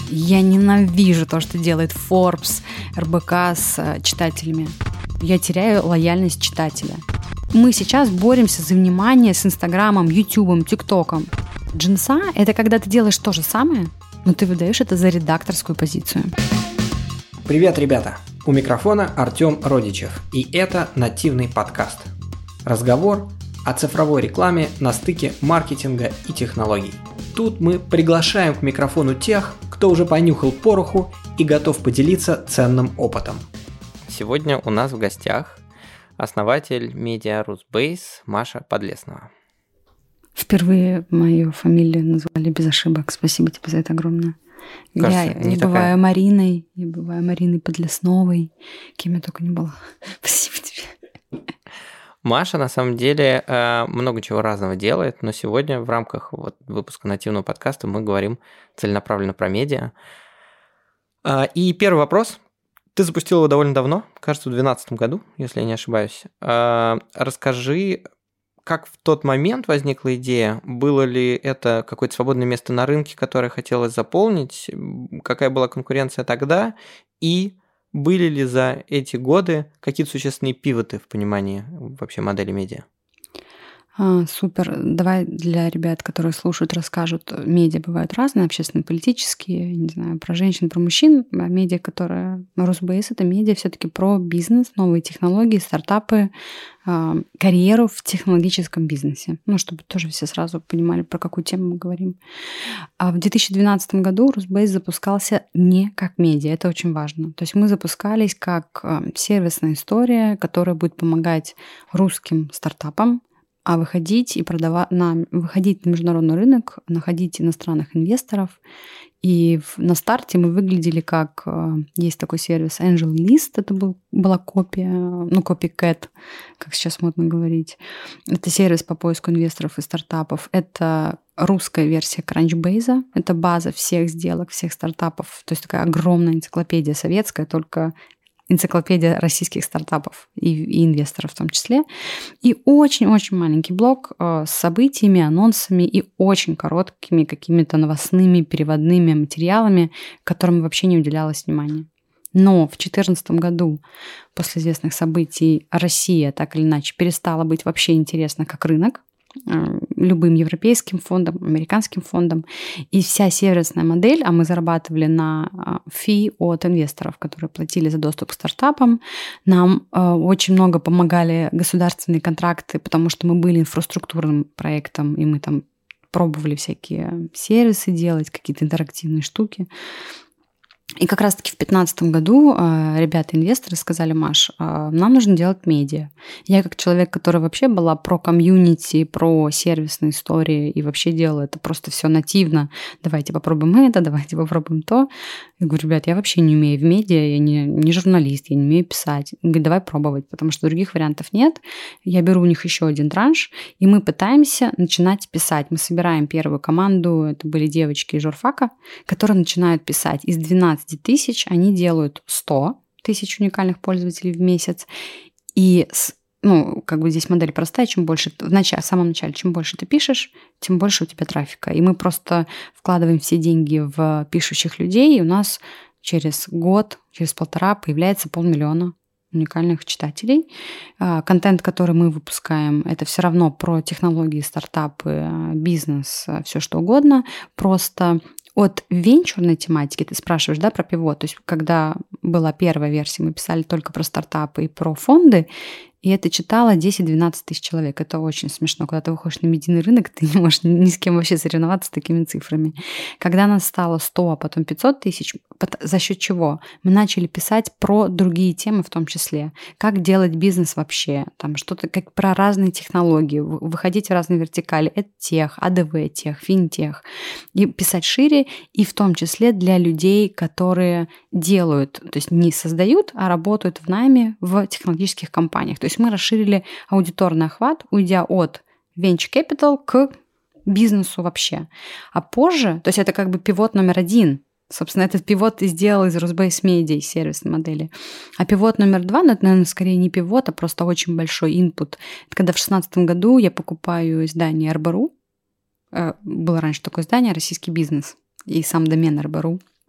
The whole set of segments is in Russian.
Я ненавижу то, что делает Forbes, РБК с читателями. Я теряю лояльность читателя. Мы сейчас боремся за внимание с Инстаграмом, Ютубом, ТикТоком. Джинса – это когда ты делаешь то же самое, но ты выдаешь это за редакторскую позицию. Привет, ребята! У микрофона Артем Родичев, и это нативный подкаст. Разговор о цифровой рекламе на стыке маркетинга и технологий. Тут мы приглашаем к микрофону тех, кто уже понюхал пороху и готов поделиться ценным опытом. Сегодня у нас в гостях основатель медиа Rusbase Маша Подлеснова. Впервые мою фамилию назвали без ошибок. Спасибо тебе за это огромное. Кажется, я бываю Мариной, я бываю Мариной Подлесновой, кем я только не была. Спасибо тебе. Маша на самом деле много чего разного делает, но сегодня в рамках выпуска нативного подкаста мы говорим целенаправленно про медиа. И первый вопрос. Ты запустил его довольно давно, кажется, в 2012 году, если я не ошибаюсь. Расскажи, как в тот момент возникла идея? Было ли это какое-то свободное место на рынке, которое хотелось заполнить? Какая была конкуренция тогда? И были ли за эти годы какие-то существенные пивоты в понимании вообще модели медиа? Супер. Давай для ребят, которые слушают, расскажут. Медиа бывают разные, общественно-политические, не знаю, про женщин, про мужчин. А медиа, которая Rusbase, это медиа все-таки про бизнес, новые технологии, стартапы, карьеру в технологическом бизнесе. Чтобы тоже все сразу понимали, про какую тему мы говорим. А в 2012 году Rusbase запускался не как медиа. Это очень важно. То есть мы запускались как сервисная история, которая будет помогать русским стартапам выходить выходить на международный рынок, находить иностранных инвесторов. И на старте мы выглядели как... Есть такой сервис AngelList, это была копия, copycat, как сейчас модно говорить. Это сервис по поиску инвесторов и стартапов. Это русская версия Crunchbase, это база всех сделок, всех стартапов. То есть такая огромная энциклопедия советская, только энциклопедия российских стартапов и инвесторов в том числе. И очень-очень маленький блог с событиями, анонсами и очень короткими какими-то новостными переводными материалами, которым вообще не уделялось внимания. Но в 2014 году, после известных событий, Россия так или иначе перестала быть вообще интересна как рынок любым европейским фондам, американским фондам. И вся сервисная модель, а мы зарабатывали на фи от инвесторов, которые платили за доступ к стартапам. Нам очень много помогали государственные контракты, потому что мы были инфраструктурным проектом, и мы там пробовали всякие сервисы делать, какие-то интерактивные штуки. И как раз-таки в 2015 году ребята-инвесторы сказали: Маш, нам нужно делать медиа. Я как человек, который вообще была про комьюнити, про сервисные истории и вообще делала это просто все нативно. Давайте попробуем это, давайте попробуем то. Я говорю: ребят, я вообще не умею в медиа, я не журналист, я не умею писать. Он говорит: давай пробовать, потому что других вариантов нет. Я беру у них еще один транш, и мы пытаемся начинать писать. Мы собираем первую команду, это были девочки из журфака, которые начинают писать. Из 12 тысяч они делают 100 тысяч уникальных пользователей в месяц. И здесь модель простая, чем больше в самом начале, чем больше ты пишешь, тем больше у тебя трафика. И мы просто вкладываем все деньги в пишущих людей, и у нас через год, через полтора появляется 500 000 уникальных читателей. Контент, который мы выпускаем, это все равно про технологии, стартапы, бизнес, все что угодно. Просто от венчурной тематики, ты спрашиваешь, да, про пивот. То есть, когда была первая версия, мы писали только про стартапы и про фонды, и это читало 10-12 тысяч человек. Это очень смешно. Когда ты выходишь на медийный рынок, ты не можешь ни с кем вообще соревноваться с такими цифрами. Когда нас стало 100, а потом 500 тысяч, за счет чего? Мы начали писать про другие темы в том числе. Как делать бизнес вообще. Там что-то как про разные технологии. Выходить в разные вертикали. EdTech, АДВ тех, финтех. И писать шире, и в том числе для людей, которые делают, то есть не создают, а работают в найме в технологических компаниях. То есть мы расширили аудиторный охват, уйдя от venture capital к бизнесу вообще. А позже, то есть это как бы пивот номер 1. Собственно, этот пивот и сделал из Rusbase Media, из сервисной модели. А пивот номер 2, это, наверное, скорее не пивот, а просто очень большой инпут. Это когда в 2016 году я покупаю издание РБРУ. Было раньше такое издание «Российский бизнес» и сам домен РБРУ.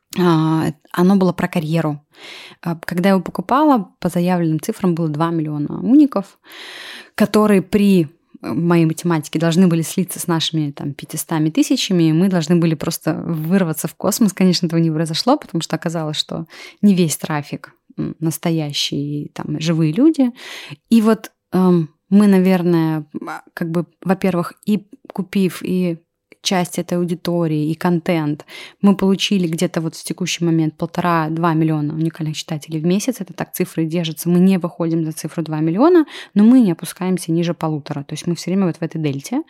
Оно было про карьеру. Когда я его покупала, по заявленным цифрам было 2 миллиона уников, которые при моей математике должны были слиться с нашими 500 тысячами, и мы должны были просто вырваться в космос. Конечно, этого не произошло, потому что оказалось, что не весь трафик настоящие живые люди. И вот мы, наверное, во-первых, и купив, и часть этой аудитории, и контент, мы получили где-то в текущий момент 1,5-2 миллиона уникальных читателей в месяц. Это так цифры держатся. Мы не выходим за цифру 2 миллиона, но мы не опускаемся ниже 1,5. То есть мы все время в этой дельте.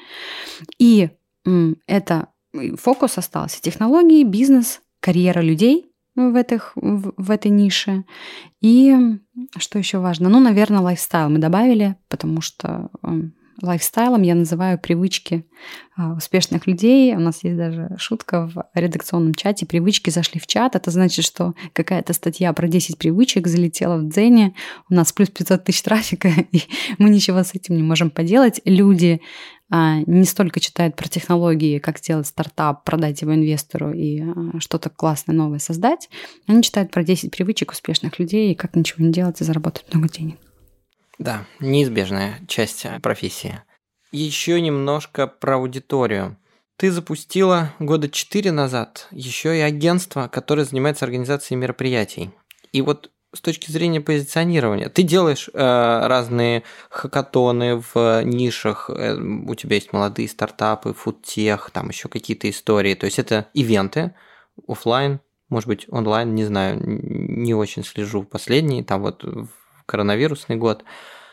И это фокус остался. Технологии, бизнес, карьера людей в этой нише. И что еще важно? Наверное, лайфстайл мы добавили, потому что лайфстайлом я называю привычки успешных людей. У нас есть даже шутка в редакционном чате. Привычки зашли в чат. Это значит, что какая-то статья про 10 привычек залетела в Дзене. У нас плюс 500 тысяч трафика, и мы ничего с этим не можем поделать. Люди не столько читают про технологии, как сделать стартап, продать его инвестору и что-то классное новое создать. Они читают про 10 привычек успешных людей и как ничего не делать и заработать много денег. Да, неизбежная часть профессии. Еще немножко про аудиторию. Ты запустила 4 года назад еще и агентство, которое занимается организацией мероприятий. И с точки зрения позиционирования, ты делаешь разные хакатоны в нишах, у тебя есть молодые стартапы, фудтех, еще какие-то истории. То есть это ивенты, офлайн, может быть, онлайн, не знаю, не очень слежу последний, коронавирусный год.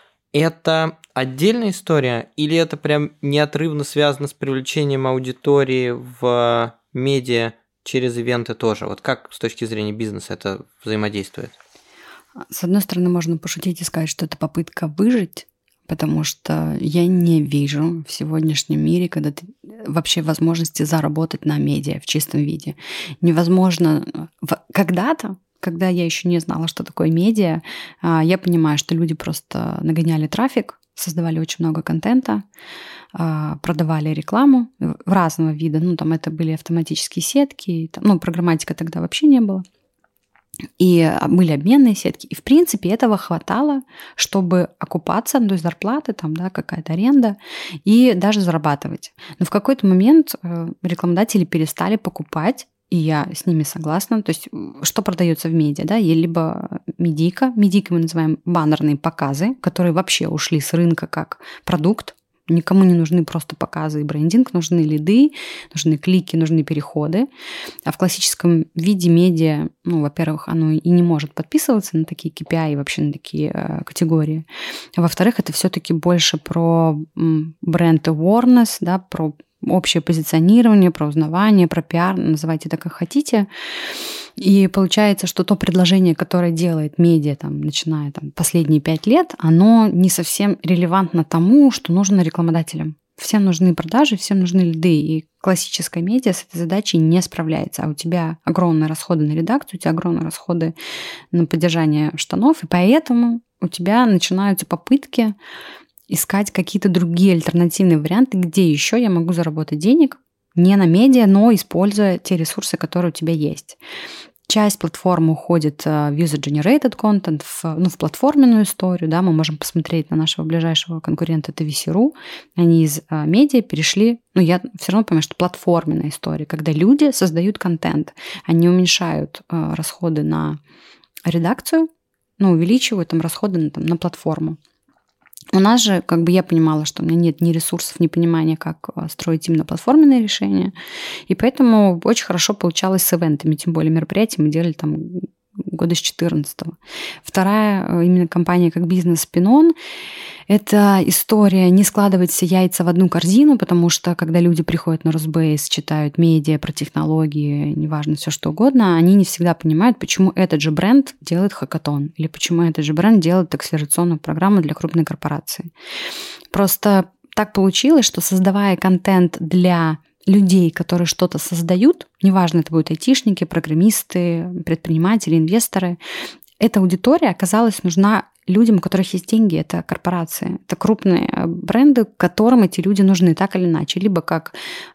Это отдельная история или это прям неотрывно связано с привлечением аудитории в медиа через ивенты тоже? Как с точки зрения бизнеса это взаимодействует? С одной стороны, можно пошутить и сказать, что это попытка выжить, потому что я не вижу в сегодняшнем мире, когда ты вообще возможности заработать на медиа в чистом виде. Невозможно когда-то, когда я еще не знала, что такое медиа, я понимаю, что люди просто нагоняли трафик, создавали очень много контента, продавали рекламу разного вида. Это были автоматические сетки, программатика тогда вообще не было. И были обменные сетки. И, в принципе, этого хватало, чтобы окупаться, то есть зарплаты, какая-то аренда, и даже зарабатывать. Но в какой-то момент рекламодатели перестали покупать, и я с ними согласна. То есть что продается в медиа? Да? Либо медийка. Медийкой мы называем баннерные показы, которые вообще ушли с рынка как продукт. Никому не нужны просто показы и брендинг, нужны лиды, нужны клики, нужны переходы. А в классическом виде медиа, во-первых, оно и не может подписываться на такие KPI и вообще на такие категории. А во-вторых, это все-таки больше про бренд awareness, да, про общее позиционирование, про узнавание, про пиар, называйте это как хотите. И получается, что то предложение, которое делает медиа, начиная последние 5 лет, оно не совсем релевантно тому, что нужно рекламодателям. Всем нужны продажи, всем нужны лиды, и классическая медиа с этой задачей не справляется. А у тебя огромные расходы на редакцию, у тебя огромные расходы на поддержание штанов, и поэтому у тебя начинаются попытки искать какие-то другие альтернативные варианты, где еще я могу заработать денег, не на медиа, но используя те ресурсы, которые у тебя есть. Часть платформы уходит в user-generated content, в платформенную историю. Да, мы можем посмотреть на нашего ближайшего конкурента TVC.ru. Они из медиа перешли, я все равно понимаю, что платформенная история, когда люди создают контент, они уменьшают расходы на редакцию, увеличивают расходы на платформу. У нас же, я понимала, что у меня нет ни ресурсов, ни понимания, как строить именно платформенные решения. И поэтому очень хорошо получалось с ивентами, тем более мероприятия мы делали года с 2014. Вторая именно компания как бизнес Pinon. Это история не складывать все яйца в одну корзину, потому что когда люди приходят на Росбейс, читают медиа про технологии, неважно, все что угодно, они не всегда понимают, почему этот же бренд делает хакатон или почему этот же бренд делает акселерационную программу для крупной корпорации. Просто так получилось, что создавая контент для людей, которые что-то создают, неважно, это будут айтишники, программисты, предприниматели, инвесторы, эта аудитория оказалась нужна людям, у которых есть деньги, это корпорации, это крупные бренды, которым эти люди нужны так или иначе, либо как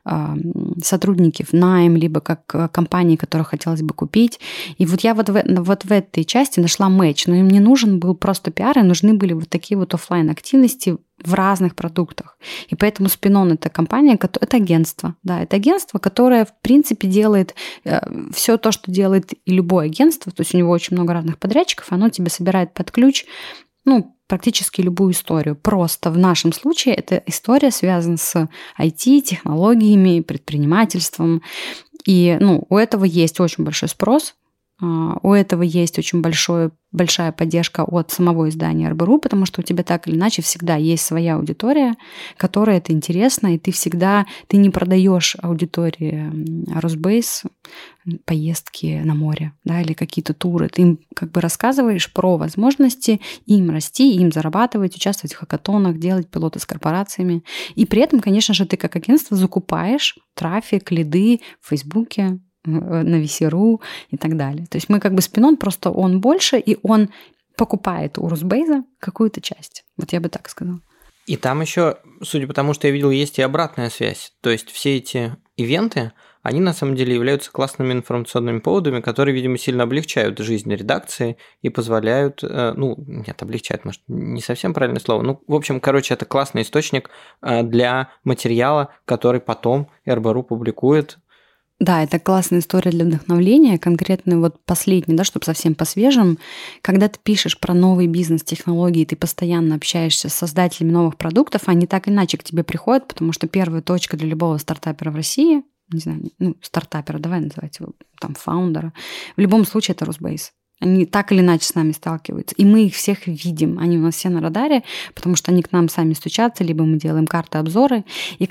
сотрудники в найм, либо как компании, которых хотелось бы купить. И вот я вот в этой части нашла матч, но им не нужен был просто пиар, и нужны были вот такие вот офлайн-активности в разных продуктах. И поэтому Spinon — это компания, это агентство. Да, это агентство, которое, в принципе, делает все то, что делает и любое агентство. То есть у него очень много разных подрядчиков, оно тебе собирает под ключ, практически любую историю. Просто в нашем случае эта история связана с IT, технологиями, предпринимательством. И у этого есть очень большой спрос. У этого есть очень большая поддержка от самого издания РБРУ, потому что у тебя так или иначе всегда есть своя аудитория, которой это интересно, и ты не продаешь аудитории Росбейс поездки на море, да, или какие-то туры. Ты им как бы рассказываешь про возможности им расти, им зарабатывать, участвовать в хакатонах, делать пилоты с корпорациями. И при этом, конечно же, ты как агентство закупаешь трафик, лиды в Фейсбуке, на VC.ru и так далее. То есть мы как бы Spinon, просто он больше, и он покупает у Росбейза какую-то часть. Вот я бы так сказала. И там еще, судя по тому, что я видел, есть и обратная связь. То есть все эти ивенты, они на самом деле являются классными информационными поводами, которые, видимо, сильно облегчают жизнь редакции и позволяют, облегчают, может, не совсем правильное слово. В общем, это классный источник для материала, который потом РБРУ публикует. Да, это классная история для вдохновления, конкретно вот последний, да, чтобы совсем по свежим. Когда ты пишешь про новый бизнес, технологии, ты постоянно общаешься с создателями новых продуктов, они так или иначе к тебе приходят, потому что первая точка для любого стартапера в России, не знаю, стартапера, давай называть его, там, фаундера, в любом случае это Росбейс. Они так или иначе с нами сталкиваются. И мы их всех видим. Они у нас все на радаре, потому что они к нам сами стучатся, либо мы делаем карты, обзоры.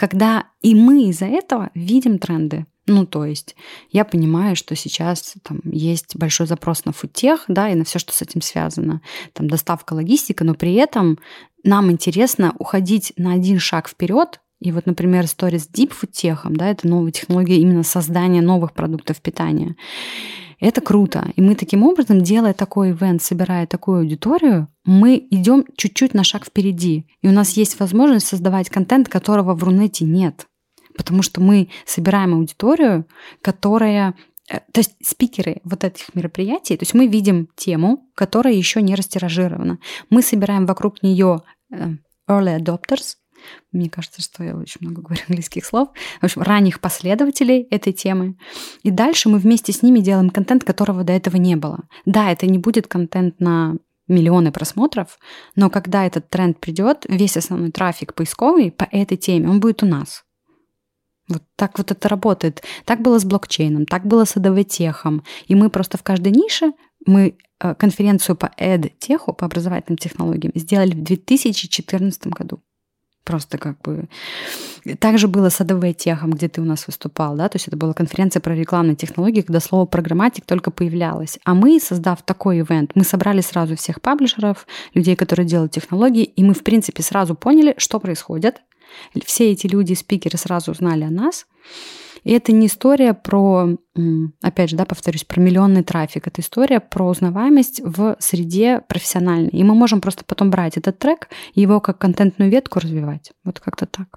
И мы из-за этого видим тренды. То есть я понимаю, что сейчас там есть большой запрос на фудтех, да, и на все, что с этим связано. Там доставка, логистика, но при этом нам интересно уходить на один шаг вперед. И вот, например, история с Deep фудтехом, да, это новая технология именно создания новых продуктов питания. Это круто. И мы таким образом, делая такой ивент, собирая такую аудиторию, мы идем чуть-чуть на шаг впереди. И у нас есть возможность создавать контент, которого в Рунете нет. Потому что мы собираем аудиторию, которая... То есть спикеры вот этих мероприятий, то есть мы видим тему, которая еще не растиражирована. Мы собираем вокруг нее early adopters. Мне кажется, что я очень много говорю английских слов. В общем, ранних последователей этой темы. И дальше мы вместе с ними делаем контент, которого до этого не было. Да, это не будет контент на миллионы просмотров, но когда этот тренд придет, весь основной трафик поисковый по этой теме, он будет у нас. Вот так вот это работает. Так было с блокчейном, так было с АДВ-техом. И мы просто в каждой нише, мы конференцию по EdTech, по образовательным технологиям, сделали в 2014 году. Просто как бы... Также было с АДВ-техом, где ты у нас выступал, да, то есть это была конференция про рекламные технологии, когда слово «программатик» только появлялось. А мы, создав такой ивент, мы собрали сразу всех паблишеров, людей, которые делают технологии, и мы, в принципе, сразу поняли, что происходит. Все эти люди, спикеры, сразу узнали о нас. И это не история про, опять же, да, повторюсь, про миллионный трафик. Это история про узнаваемость в среде профессиональной. И мы можем просто потом брать этот трек и его как контентную ветку развивать. Вот как-то так.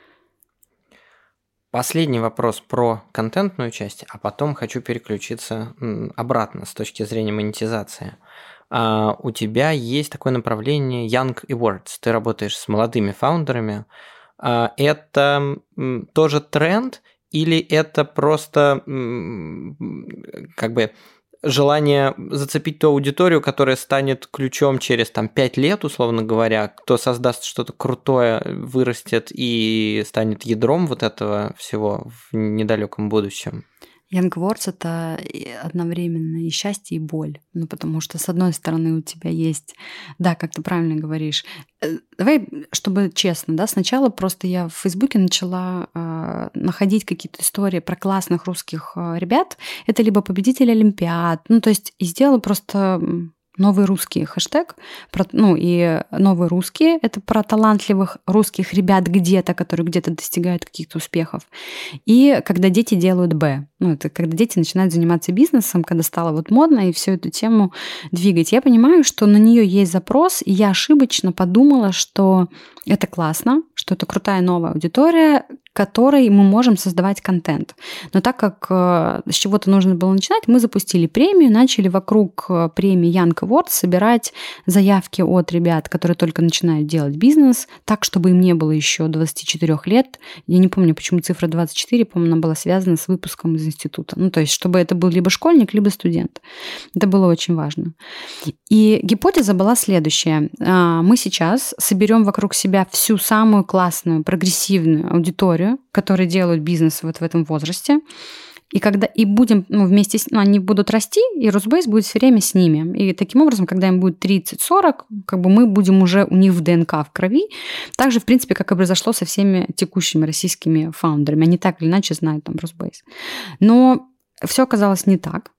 Последний вопрос про контентную часть, а потом хочу переключиться обратно с точки зрения монетизации. У тебя есть такое направление Young Awards. Ты работаешь с молодыми фаундерами. Это тоже тренд или это просто как бы желание зацепить ту аудиторию, которая станет ключом через 5 лет, условно говоря, кто создаст что-то крутое, вырастет и станет ядром вот этого всего в недалеком будущем? Young Awards — это одновременно и счастье, и боль. Потому что, с одной стороны, у тебя есть... Да, как ты правильно говоришь. Давай, чтобы честно, да, сначала просто я в Фейсбуке начала находить какие-то истории про классных русских ребят. Это либо победители Олимпиад. То есть и сделала просто Новый русский хэштег. И новые русские — это про талантливых русских ребят где-то, которые где-то достигают каких-то успехов. И когда дети делают Б. Это когда дети начинают заниматься бизнесом, когда стало вот модно и всю эту тему двигать. Я понимаю, что на нее есть запрос, и я ошибочно подумала, что это классно, что это крутая новая аудитория, которой мы можем создавать контент. Но так как с чего-то нужно было начинать, мы запустили премию, начали вокруг премии Young Awards собирать заявки от ребят, которые только начинают делать бизнес, так, чтобы им не было еще 24 лет. Я не помню, почему цифра 24, по-моему, она была связана с выпуском из института. То есть, чтобы это был либо школьник, либо студент. Это было очень важно. И гипотеза была следующая. Мы сейчас соберем вокруг себя всю самую классную, прогрессивную аудиторию, которые делают бизнес вот в этом возрасте. И будем вместе они будут расти, и Rusbase будет все время с ними. И таким образом, когда им будет 30-40, мы будем уже у них в ДНК, в крови. Так же, в принципе, как и произошло со всеми текущими российскими фаундерами. Они так или иначе знают Rusbase. Но все оказалось не так.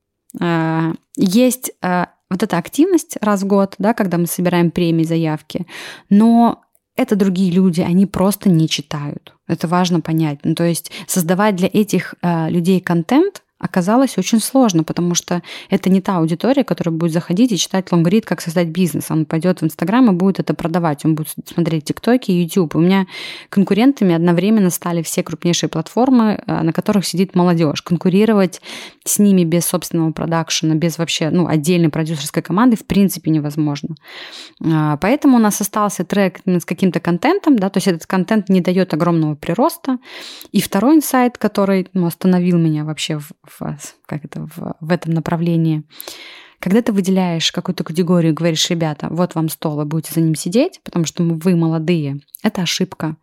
Есть вот эта активность раз в год, да, когда мы собираем премии, заявки, но это другие люди, они просто не читают. Это важно понять. То есть создавать для этих людей контент оказалось очень сложно, потому что это не та аудитория, которая будет заходить и читать лонгрид, как создать бизнес. Он пойдет в Инстаграм и будет это продавать. Он будет смотреть ТикТоки, Ютуб. У меня конкурентами одновременно стали все крупнейшие платформы, на которых сидит молодежь. Конкурировать с ними без собственного продакшена, без вообще отдельной продюсерской команды в принципе невозможно. Поэтому у нас остался трек с каким-то контентом, да, то есть этот контент не дает огромного прироста. И второй инсайт, который остановил меня вообще в этом направлении. Когда ты выделяешь какую-то категорию и говоришь: ребята, вот вам стол, вы будете за ним сидеть, потому что вы молодые, это ошибка.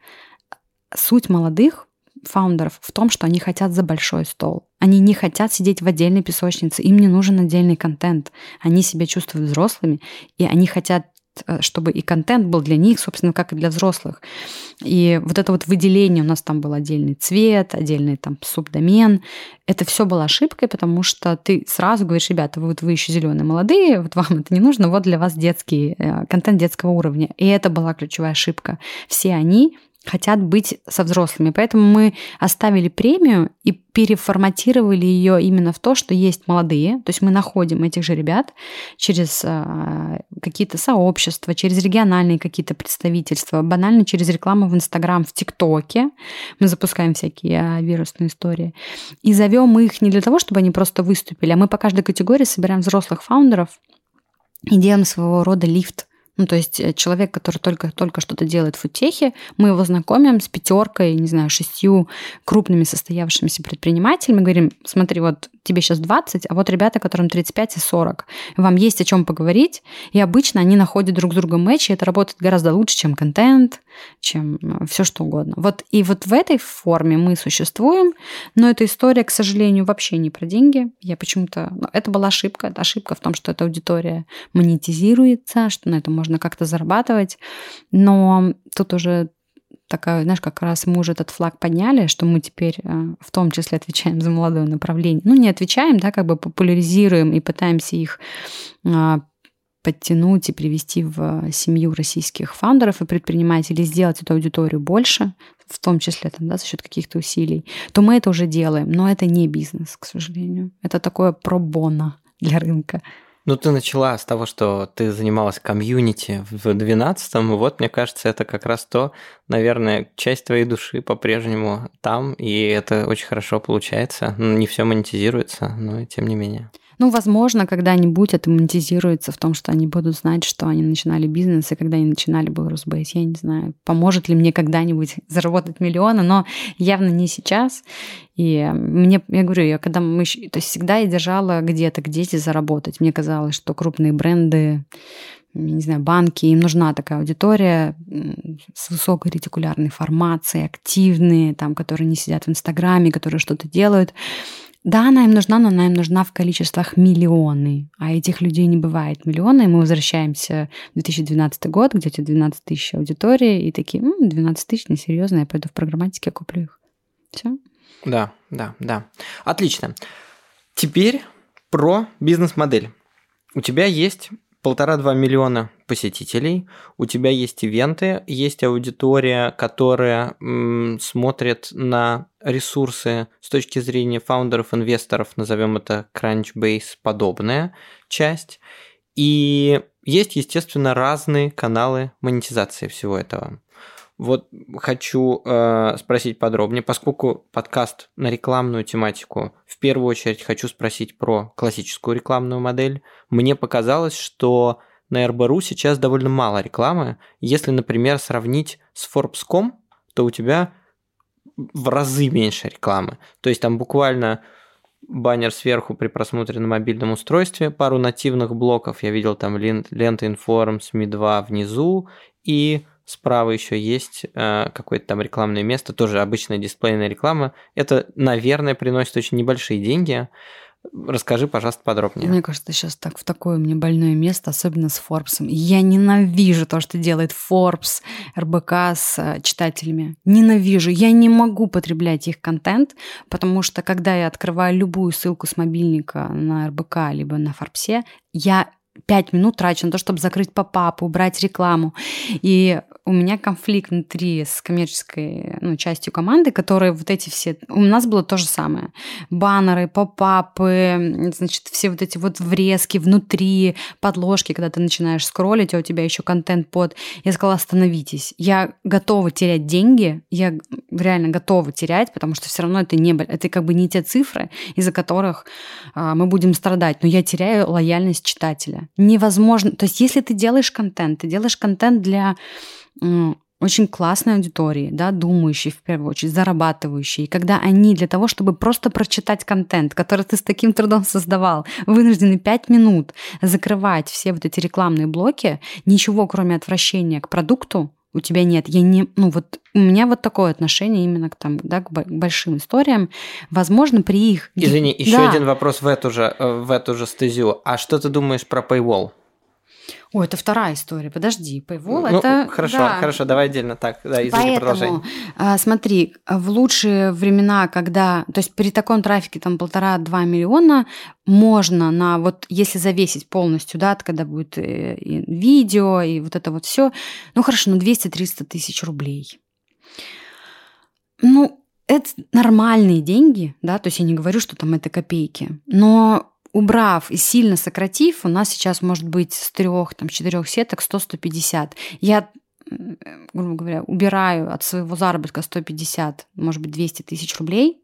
Суть молодых фаундеров в том, что они хотят за большой стол. Они не хотят сидеть в отдельной песочнице, им не нужен отдельный контент. Они себя чувствуют взрослыми, и они хотят, чтобы и контент был для них, собственно, как и для взрослых. И вот это вот выделение, у нас там был отдельный цвет, отдельный там субдомен, это все было ошибкой, потому что ты сразу говоришь: ребята, вы еще зеленые, молодые, вот вам это не нужно, вот для вас детский контент детского уровня. И это была ключевая ошибка. Все они хотят быть со взрослыми. Поэтому мы оставили премию и переформатировали ее именно в то, что есть молодые. То есть мы находим этих же ребят через какие-то сообщества, через региональные какие-то представительства, банально через рекламу в Инстаграм, в ТикТоке. Мы запускаем всякие вирусные истории. И зовем их не для того, чтобы они просто выступили, а мы по каждой категории собираем взрослых фаундеров и делаем своего рода лифт. То есть человек, который только что-то делает в фудтехе, мы его знакомим с 5, 6 крупными состоявшимися предпринимателями. Говорим: смотри, вот тебе сейчас 20, а вот ребята, которым 35 и 40. Вам есть о чем поговорить. И обычно они находят друг с другом матч, и это работает гораздо лучше, чем контент, чем все что угодно. И вот в этой форме мы существуем, но эта история, к сожалению, вообще не про деньги. Это была ошибка. Это ошибка в том, что эта аудитория монетизируется, что на этом можно как-то зарабатывать. Но тут уже такая, знаешь, как раз мы уже этот флаг подняли, что мы теперь в том числе отвечаем за молодое направление. Не отвечаем, да, популяризируем и пытаемся их подтянуть и привести в семью российских фаундеров и предпринимателей, сделать эту аудиторию больше, в том числе за счет каких-то усилий, то мы это уже делаем. Но это не бизнес, к сожалению. Это такое про-боно для рынка. Ты начала с того, что ты занималась комьюнити в 2012-м. Вот, мне кажется, это как раз то, наверное, часть твоей души по-прежнему там, и это очень хорошо получается. Не все монетизируется, но тем не менее. Возможно, когда-нибудь это монетизируется в том, что они будут знать, что они начинали бизнес, и когда они начинали был Rusbase. Я не знаю, поможет ли мне когда-нибудь заработать миллионы, но явно не сейчас. И я говорю, всегда я держала где-то заработать. Мне казалось, что крупные бренды, не знаю, банки, им нужна такая аудитория с высокой ретикулярной формацией, активные, которые не сидят в Инстаграме, которые что-то делают. Да, она им нужна, но она им нужна в количествах миллионы. А этих людей не бывает миллионы. И мы возвращаемся в 2012 год, где у тебя 12 тысяч аудитории, и такие: 12 тысяч, несерьезно, я пойду в программатике, куплю их. Все. Да. Отлично. Теперь про бизнес-модель. У тебя есть 1,5-2 миллиона посетителей, у тебя есть ивенты, есть аудитория, которая смотрит на ресурсы с точки зрения фаундеров, инвесторов, назовем это Crunchbase подобная часть, и есть, естественно, разные каналы монетизации всего этого. Вот хочу спросить подробнее, поскольку подкаст на рекламную тематику, в первую очередь хочу спросить про классическую рекламную модель. Мне показалось, что на РБ.ру сейчас довольно мало рекламы. Если, например, сравнить с Forbes.com, то у тебя в разы меньше рекламы. То есть там буквально баннер сверху при просмотре на мобильном устройстве, пару нативных блоков, я видел там лента Inform, СМИ-2 внизу, и справа еще есть какое-то там рекламное место, тоже обычная дисплейная реклама. Это, наверное, приносит очень небольшие деньги. Расскажи, пожалуйста, подробнее. Мне кажется, сейчас так в такое мне больное место, особенно с Forbes. Я ненавижу то, что делает Forbes, РБК с читателями. Ненавижу. Я не могу потреблять их контент, потому что когда я открываю любую ссылку с мобильника на РБК либо на Forbes, я 5 минут трачу на то, чтобы закрыть поп-ап, убрать рекламу. И у меня конфликт внутри с коммерческой частью команды, которые вот эти все... У нас было то же самое. Баннеры, поп-апы, значит, все вот эти вот врезки внутри, подложки, когда ты начинаешь скроллить, а у тебя еще контент под... Я сказала, остановитесь. Я готова терять деньги, я реально готова терять, потому что все равно это как бы не те цифры, из-за которых мы будем страдать. Но я теряю лояльность читателя. Невозможно. То есть если ты делаешь контент для очень классной аудитории, да, думающей в первую очередь, зарабатывающей, и когда они для того, чтобы просто прочитать контент, который ты с таким трудом создавал, вынуждены 5 минут закрывать все вот эти рекламные блоки, ничего кроме отвращения к продукту у тебя нет. У меня вот такое отношение именно к большим историям. Возможно, при их... Извини, еще один вопрос в эту же стезю. А что ты думаешь про Paywall? Ой, это вторая история. Подожди, Paywall это... Хорошо, давай отдельно. Так, да, извини, продолжай. Смотри, в лучшие времена, когда... То есть при таком трафике, 1,5-2 миллиона, можно если завесить полностью, да, когда будет и видео, и вот это вот все, 200-300 тысяч рублей. Это нормальные деньги, да, то есть я не говорю, что там это копейки, но... Убрав и сильно сократив, у нас сейчас может быть с 3-4 сеток 100-150. Я, грубо говоря, убираю от своего заработка 150, может быть, 200 тысяч рублей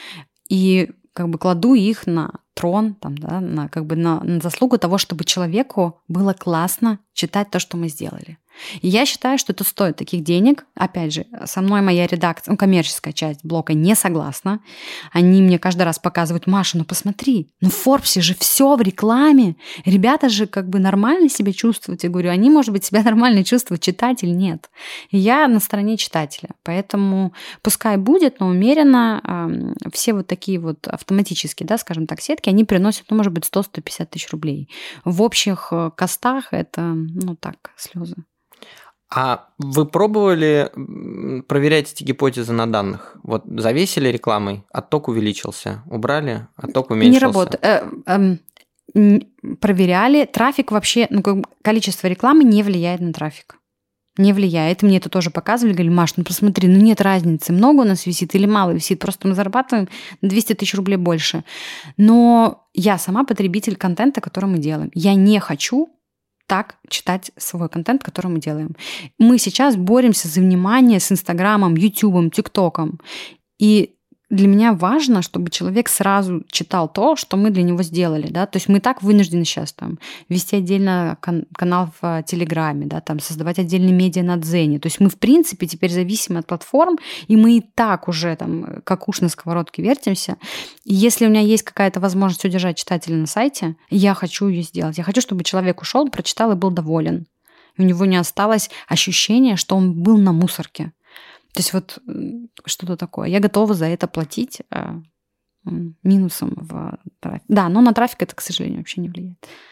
и как бы кладу их на трон, на заслугу того, чтобы человеку было классно читать то, что мы сделали. И я считаю, что это стоит таких денег. Опять же, со мной моя редакция, коммерческая часть блока не согласна. Они мне каждый раз показывают: Маша, посмотри, в Форбсе же все в рекламе. Ребята же как бы нормально себя чувствуют. Я говорю, они, может быть, себя нормально чувствуют, читатель нет. И я на стороне читателя. Поэтому пускай будет, но умеренно все вот такие вот автоматические, да, скажем так, сетки, они приносят, может быть, 100-150 тысяч рублей. В общих костах это, слезы. А вы пробовали проверять эти гипотезы на данных? Вот завесили рекламой, отток увеличился, убрали, отток уменьшился. Не работает. Проверяли. Трафик вообще, количество рекламы не влияет на трафик. Не влияет. Мне это тоже показывали. Говорили, Маш, посмотри, нет разницы, много у нас висит или мало висит. Просто мы зарабатываем 200 тысяч рублей больше. Но я сама потребитель контента, который мы делаем. Я не хочу так читать свой контент, который мы делаем. Мы сейчас боремся за внимание с Инстаграмом, Ютубом, ТикТоком. И для меня важно, чтобы человек сразу читал то, что мы для него сделали. Да? То есть мы так вынуждены сейчас вести отдельно канал в Телеграме, да, создавать отдельные медиа на Дзене. То есть мы, в принципе, теперь зависимы от платформ, и мы и так уже как уж на сковородке вертимся. И если у меня есть какая-то возможность удержать читателя на сайте, я хочу ее сделать. Я хочу, чтобы человек ушел, прочитал и был доволен. И у него не осталось ощущения, что он был на мусорке. То есть что-то такое. Я готова за это платить минусом в трафик. Да, но на трафик это, к сожалению, вообще не влияет.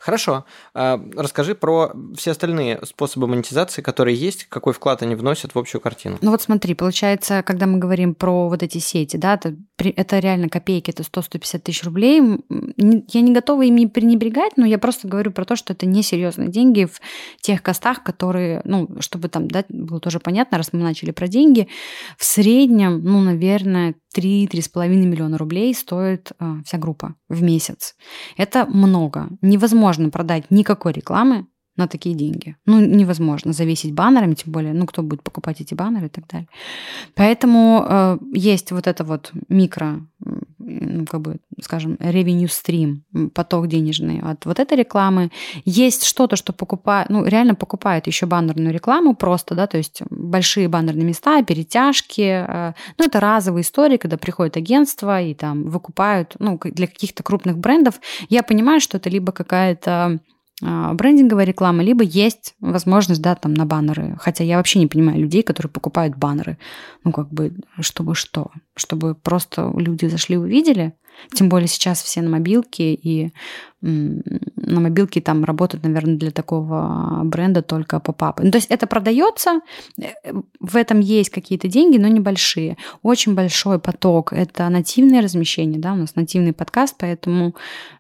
Хорошо. Расскажи про все остальные способы монетизации, которые есть, какой вклад они вносят в общую картину. Ну вот смотри, получается, когда мы говорим про вот эти сети, да, это реально копейки, это 100-150 тысяч рублей. Я не готова ими пренебрегать, но я просто говорю про то, что это несерьезные деньги в тех костах, которые, ну, чтобы там, да, было тоже понятно, раз мы начали про деньги, в среднем, ну, наверное, 3-3,5 миллиона рублей стоит вся группа в месяц. Это много. Невозможно продать никакой рекламы на такие деньги. Ну, невозможно завесить баннерами, тем более, ну, кто будет покупать эти баннеры и так далее. Поэтому есть вот это вот микро, ну, как бы, скажем, revenue stream, поток денежный от вот этой рекламы. Есть что-то, что покупают, ну, реально покупают еще баннерную рекламу просто, да, то есть большие баннерные места, перетяжки. Ну, это разовые истории, когда приходит агентство и там выкупают, ну, для каких-то крупных брендов. Я понимаю, что это либо какая-то брендинговая реклама, либо есть возможность, да, там на баннеры. Хотя я вообще не понимаю людей, которые покупают баннеры. Ну, как бы, чтобы что? Чтобы просто люди зашли и увидели? Тем более сейчас все на мобилке, и на мобилке там работают, наверное, для такого бренда только поп-апы. Ну, то есть это продается, в этом есть какие-то деньги, но небольшие. Очень большой поток – это нативное размещение, да, у нас нативный подкаст, поэтому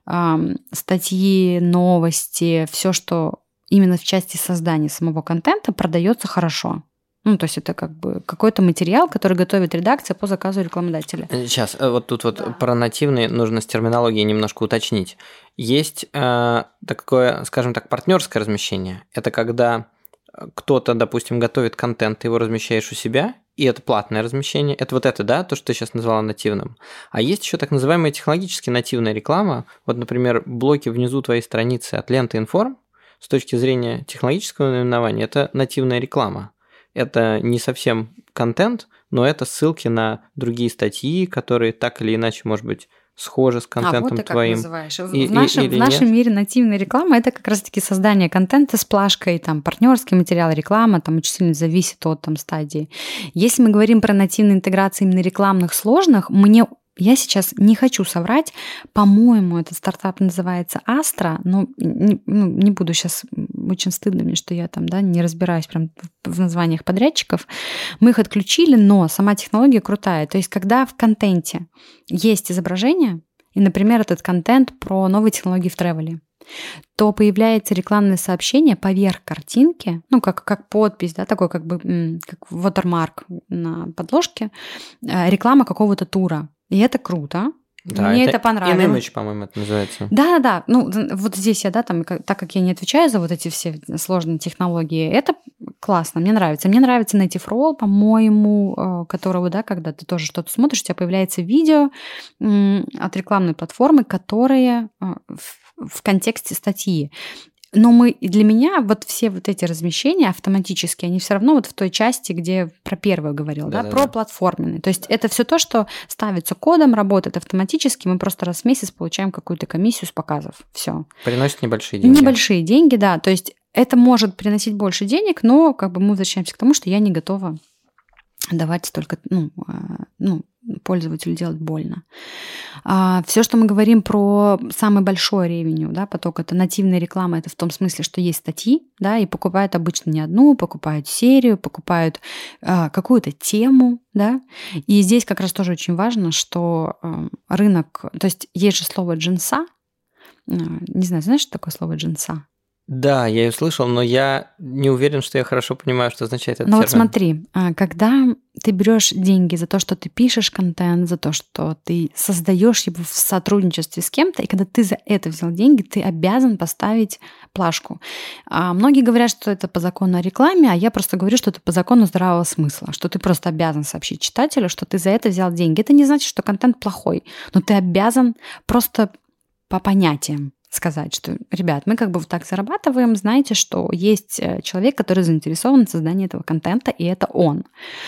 статьи, новости, все, что именно в части создания самого контента, продается хорошо. Ну, то есть это как бы какой-то материал, который готовит редакция по заказу рекламодателя. Сейчас, вот тут вот про нативный нужно с терминологией немножко уточнить. Есть такое, скажем так, партнерское размещение. Это когда кто-то, допустим, готовит контент, ты его размещаешь у себя, и это платное размещение. Это вот это, да, то, что ты сейчас назвала нативным. А есть еще так называемая технологически нативная реклама. Вот, например, блоки внизу твоей страницы от ленты Информ, с точки зрения технологического наименования, это нативная реклама. Это не совсем контент, но это ссылки на другие статьи, которые так или иначе, может быть, схожи с контентом вот ты твоим. Как называешь. В нашем мире нативная реклама – это как раз-таки создание контента с плашкой, там, партнерский материал, реклама, там очень сильно зависит от там, стадии. Если мы говорим про нативные интеграции именно рекламных сложных, я сейчас не хочу соврать, по-моему, этот стартап называется Astra, но не буду сейчас, очень стыдно мне, что я там, да, не разбираюсь прям в названиях подрядчиков. Мы их отключили, но сама технология крутая. То есть, когда в контенте есть изображение, и, например, этот контент про новые технологии в тревеле, то появляется рекламное сообщение поверх картинки, ну, как подпись, да, такой как бы как watermark на подложке, реклама какого-то тура. И это круто. Да, мне это понравилось. In-image, по-моему, это называется. Да. Ну, вот здесь я, да, там, так как я не отвечаю за вот эти все сложные технологии, это классно, мне нравится. Мне нравится Native Roll, по-моему, которого, да, когда ты тоже что-то смотришь, у тебя появляется видео от рекламной платформы, которое в контексте статьи. Но для меня вот все вот эти размещения автоматически, они все равно вот в той части, где про первое говорил, да, про платформенные. То есть это все то, что ставится кодом, работает автоматически, мы просто раз в месяц получаем какую-то комиссию с показов. Все. Приносит небольшие деньги. Небольшие деньги, да. То есть это может приносить больше денег, но как бы мы возвращаемся к тому, что я не готова давать столько, пользователю делать больно. Все, что мы говорим про самый большой ревеню, да, поток, это нативная реклама, это в том смысле, что есть статьи, да, и покупают обычно не одну, покупают серию, покупают какую-то тему, да, и здесь как раз тоже очень важно, что рынок, то есть же слово «джинса», не знаю, знаешь, что такое слово «джинса»? Да, я ее слышал, но я не уверен, что я хорошо понимаю, что означает этот термин. Вот смотри, когда ты берешь деньги за то, что ты пишешь контент, за то, что ты создаешь его в сотрудничестве с кем-то, и когда ты за это взял деньги, ты обязан поставить плашку. Многие говорят, что это по закону о рекламе, а я просто говорю, что это по закону здравого смысла, что ты просто обязан сообщить читателю, что ты за это взял деньги. Это не значит, что контент плохой, но ты обязан просто по понятиям сказать, что, ребят, мы как бы вот так зарабатываем, знаете, что есть человек, который заинтересован в создании этого контента, и это он.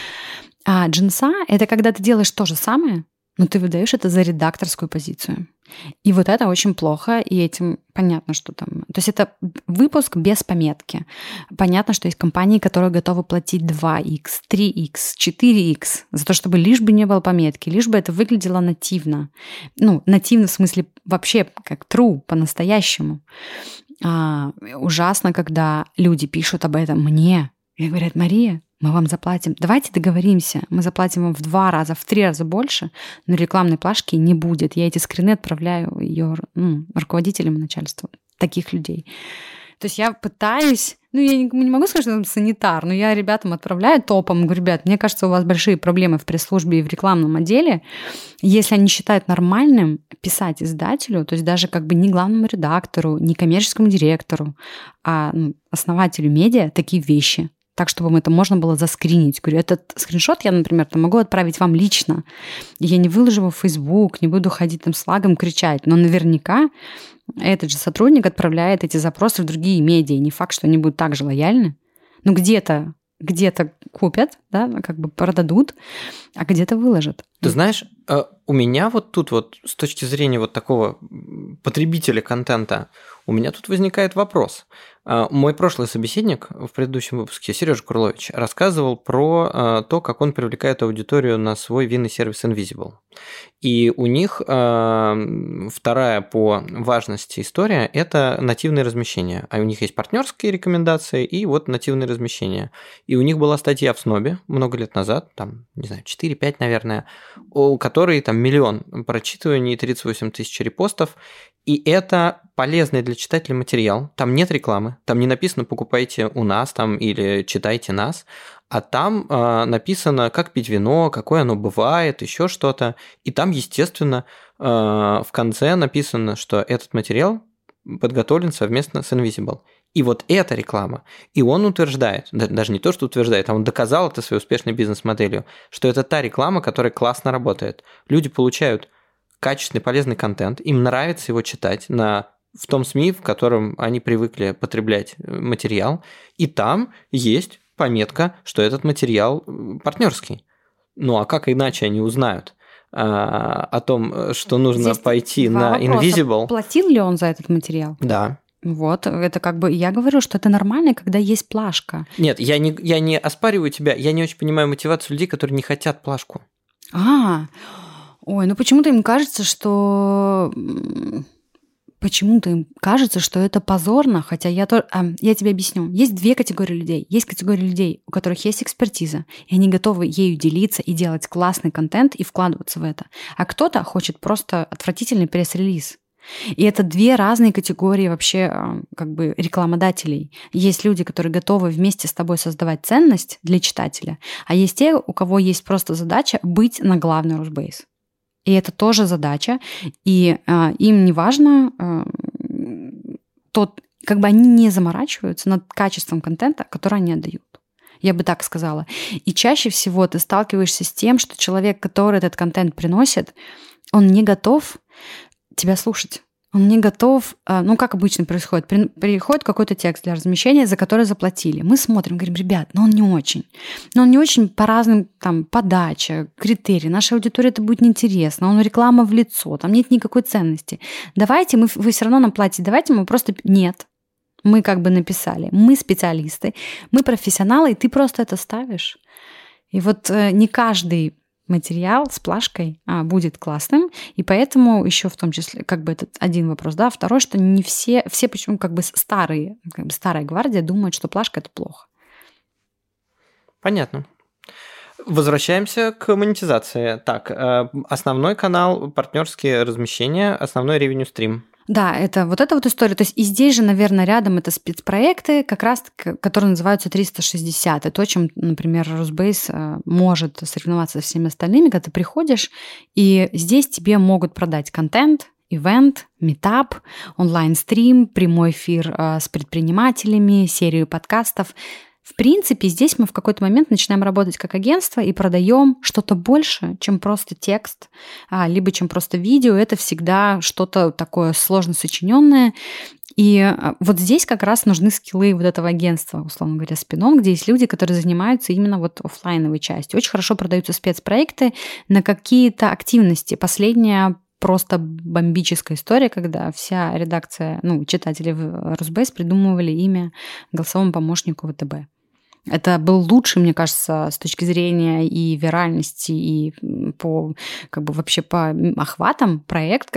А джинса — это когда ты делаешь то же самое, но ты выдаешь это за редакторскую позицию. И вот это очень плохо, и этим понятно, что там... То есть это выпуск без пометки. Понятно, что есть компании, которые готовы платить 2х, 3х, 4х за то, чтобы лишь бы не было пометки, лишь бы это выглядело нативно. Ну, нативно в смысле вообще как true, по-настоящему. ужасно, когда люди пишут об этом мне и говорят: Мария, мы вам заплатим, давайте договоримся, мы заплатим вам в 2 раза, в 3 раза больше, но рекламной плашки не будет. Я эти скрины отправляю ее руководителям и начальству таких людей. То есть я пытаюсь, я не могу сказать, что я санитар, но я ребятам отправляю топом, говорю: ребят, мне кажется, у вас большие проблемы в пресс-службе и в рекламном отделе. Если они считают нормальным писать издателю, то есть даже не главному редактору, не коммерческому директору, а основателю медиа такие вещи, так, чтобы это можно было заскринить. Говорю, этот скриншот я, например, могу отправить вам лично. Я не выложу его в Facebook, не буду ходить там с флагом кричать, но наверняка этот же сотрудник отправляет эти запросы в другие медиа. Не факт, что они будут так же лояльны. Но где-то купят, да, продадут, а где-то выложат. Ты знаешь, у меня тут с точки зрения такого потребителя контента, у меня тут возникает вопрос. Мой прошлый собеседник в предыдущем выпуске, Сережа Курлович, рассказывал про то, как он привлекает аудиторию на свой винный сервис Invisible. И у них вторая по важности история – это нативное размещение. А у них есть партнерские рекомендации и нативное размещение. И у них была статья в СНОБе много лет назад, 4-5, наверное, у которой 1 миллион прочитываний и 38 тысяч репостов. И это полезный для читателя материал. Там нет рекламы, там не написано «покупайте у нас» или «читайте нас», а там написано, как пить вино, какое оно бывает, еще что-то. И там, естественно, в конце написано, что этот материал подготовлен совместно с Invisible. И эта реклама. И он утверждает, даже не то, что утверждает, а он доказал это своей успешной бизнес-моделью, что это та реклама, которая классно работает. Люди получают качественный, полезный контент, им нравится его читать в том СМИ, в котором они привыкли потреблять материал, и там есть пометка, что этот материал партнерский. А как иначе они узнают о том, что нужно здесь пойти на Invisible? Платил ли он за этот материал? Да. Это я говорю, что это нормально, когда есть плашка. Нет, я не оспариваю тебя, я не очень понимаю мотивацию людей, которые не хотят плашку. Почему-то им кажется, что это позорно, хотя я тебе объясню. Есть 2 категории людей. Есть категория людей, у которых есть экспертиза, и они готовы ею делиться и делать классный контент и вкладываться в это. А кто-то хочет просто отвратительный пресс-релиз. И это 2 разные категории вообще рекламодателей. Есть люди, которые готовы вместе с тобой создавать ценность для читателя, а есть те, у кого есть просто задача быть на главный Русбейс. И это тоже задача, и им не важно, они не заморачиваются над качеством контента, который они отдают. Я бы так сказала. И чаще всего ты сталкиваешься с тем, что человек, который этот контент приносит, он не готов тебя слушать. Он не готов, как обычно происходит. Приходит какой-то текст для размещения, за который заплатили. Мы смотрим, говорим: ребят, он не очень. Но он не очень по разным подача, критерии. Нашей аудитории это будет неинтересно. Он реклама в лицо, там нет никакой ценности. Давайте, вы все равно нам платите, давайте мы просто... Нет. Мы написали. Мы специалисты, мы профессионалы, и ты просто это ставишь. И не каждый материал с плашкой будет классным, и поэтому еще в том числе этот один вопрос, да, второй, что не все почему старая гвардия думают, что плашка это плохо. Понятно. Возвращаемся к монетизации. Так, основной канал, партнерские размещения, основной revenue stream. Да, это история. То есть и здесь же, наверное, рядом это спецпроекты, как раз, которые называются 360. Это то, чем, например, Русбейс может соревноваться со всеми остальными, когда ты приходишь, и здесь тебе могут продать контент, ивент, митап, онлайн-стрим, прямой эфир с предпринимателями, серию подкастов. В принципе, здесь мы в какой-то момент начинаем работать как агентство и продаем что-то больше, чем просто текст, либо чем просто видео. Это всегда что-то такое сложно сочиненное. И здесь как раз нужны скиллы этого агентства, условно говоря, спин-он, где есть люди, которые занимаются именно офлайновой частью. Очень хорошо продаются спецпроекты на какие-то активности. Последняя просто бомбическая история, когда вся редакция, читатели в Русбейс придумывали имя голосовому помощнику ВТБ. Это был лучший, мне кажется, с точки зрения и виральности, и вообще по охватам проект. Но